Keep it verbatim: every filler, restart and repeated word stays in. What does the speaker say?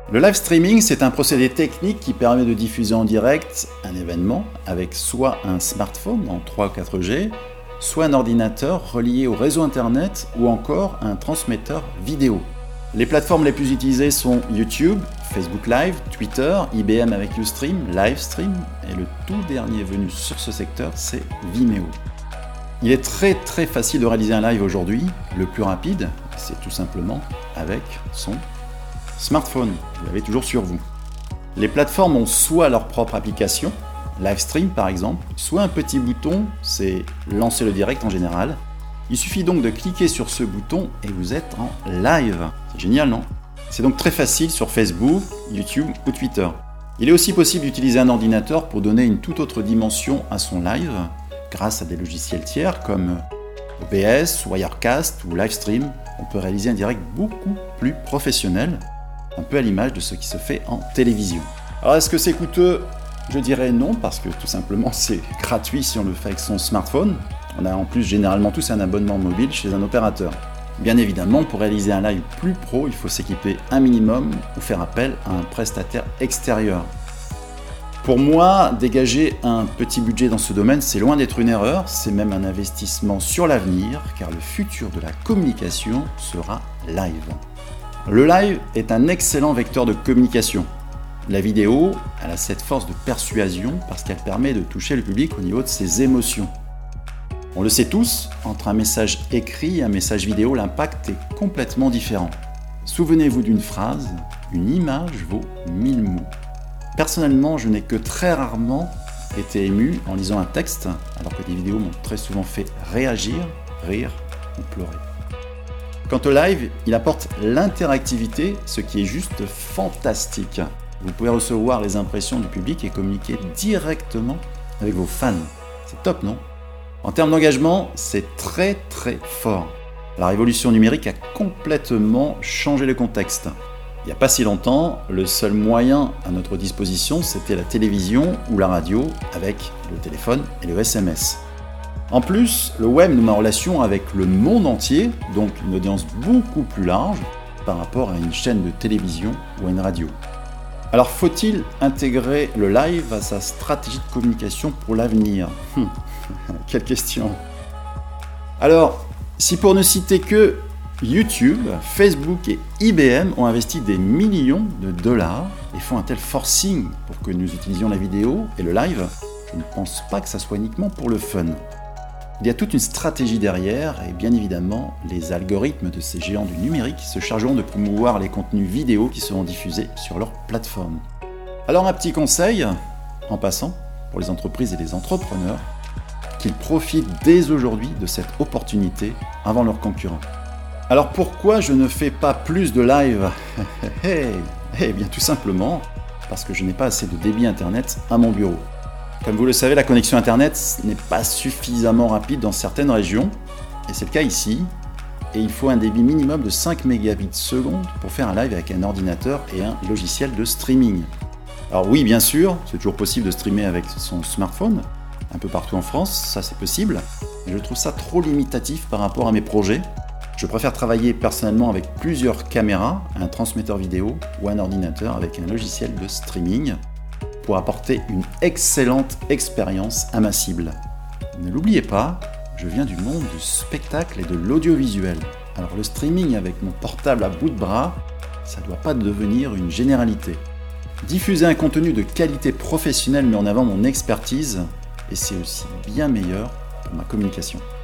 Le live streaming, c'est un procédé technique qui permet de diffuser en direct un événement avec soit un smartphone en trois ou quatre G, soit un ordinateur relié au réseau internet ou encore un transmetteur vidéo. Les plateformes les plus utilisées sont YouTube, Facebook Live, Twitter, I B M avec Ustream, Livestream et le tout dernier venu sur ce secteur, c'est Vimeo. Il est très très facile de réaliser un live aujourd'hui. Le plus rapide, c'est tout simplement avec son smartphone. Vous l'avez toujours sur vous. Les plateformes ont soit leur propre application, Livestream par exemple, soit un petit bouton, c'est lancer le direct en général. Il suffit donc de cliquer sur ce bouton et vous êtes en live. C'est génial, non ? C'est donc très facile sur Facebook, YouTube ou Twitter. Il est aussi possible d'utiliser un ordinateur pour donner une toute autre dimension à son live grâce à des logiciels tiers comme O B S, Wirecast ou Livestream. On peut réaliser un direct beaucoup plus professionnel, un peu à l'image de ce qui se fait en télévision. Alors est-ce que c'est coûteux ? Je dirais non, parce que tout simplement c'est gratuit si on le fait avec son smartphone. On a en plus généralement tous un abonnement mobile chez un opérateur. Bien évidemment, pour réaliser un live plus pro, il faut s'équiper un minimum ou faire appel à un prestataire extérieur. Pour moi, dégager un petit budget dans ce domaine, c'est loin d'être une erreur, c'est même un investissement sur l'avenir, car le futur de la communication sera live. Le live est un excellent vecteur de communication. La vidéo, elle a cette force de persuasion parce qu'elle permet de toucher le public au niveau de ses émotions. On le sait tous, entre un message écrit et un message vidéo, l'impact est complètement différent. Souvenez-vous d'une phrase, une image vaut mille mots. Personnellement, je n'ai que très rarement été ému en lisant un texte, alors que des vidéos m'ont très souvent fait réagir, rire ou pleurer. Quant au live, il apporte l'interactivité, ce qui est juste fantastique. Vous pouvez recevoir les impressions du public et communiquer directement avec vos fans. C'est top, non ? En termes d'engagement, c'est très très fort. La révolution numérique a complètement changé le contexte. Il n'y a pas si longtemps, le seul moyen à notre disposition, c'était la télévision ou la radio avec le téléphone et le S M S. En plus, le web nous met en relation avec le monde entier, donc une audience beaucoup plus large par rapport à une chaîne de télévision ou à une radio. Alors faut-il intégrer le live à sa stratégie de communication pour l'avenir ? hum, Quelle question ! Alors, si pour ne citer que YouTube, Facebook et I B M ont investi des millions de dollars et font un tel forcing pour que nous utilisions la vidéo et le live, je ne pense pas que ça soit uniquement pour le fun. Il y a toute une stratégie derrière et bien évidemment, les algorithmes de ces géants du numérique se chargeront de promouvoir les contenus vidéo qui seront diffusés sur leur plateforme. Alors un petit conseil, en passant, pour les entreprises et les entrepreneurs, qu'ils profitent dès aujourd'hui de cette opportunité avant leurs concurrents. Alors pourquoi je ne fais pas plus de live ? Eh bien tout simplement parce que je n'ai pas assez de débit internet à mon bureau. Comme vous le savez, la connexion internet n'est pas suffisamment rapide dans certaines régions, et c'est le cas ici, et il faut un débit minimum de cinq mégabits seconde pour faire un live avec un ordinateur et un logiciel de streaming. Alors oui, bien sûr, c'est toujours possible de streamer avec son smartphone, un peu partout en France, ça c'est possible, mais je trouve ça trop limitatif par rapport à mes projets. Je préfère travailler personnellement avec plusieurs caméras, un transmetteur vidéo ou un ordinateur avec un logiciel de streaming pour apporter une excellente expérience à ma cible. Ne l'oubliez pas, je viens du monde du spectacle et de l'audiovisuel. Alors le streaming avec mon portable à bout de bras, ça ne doit pas devenir une généralité. Diffuser un contenu de qualité professionnelle met en avant mon expertise et c'est aussi bien meilleur pour ma communication.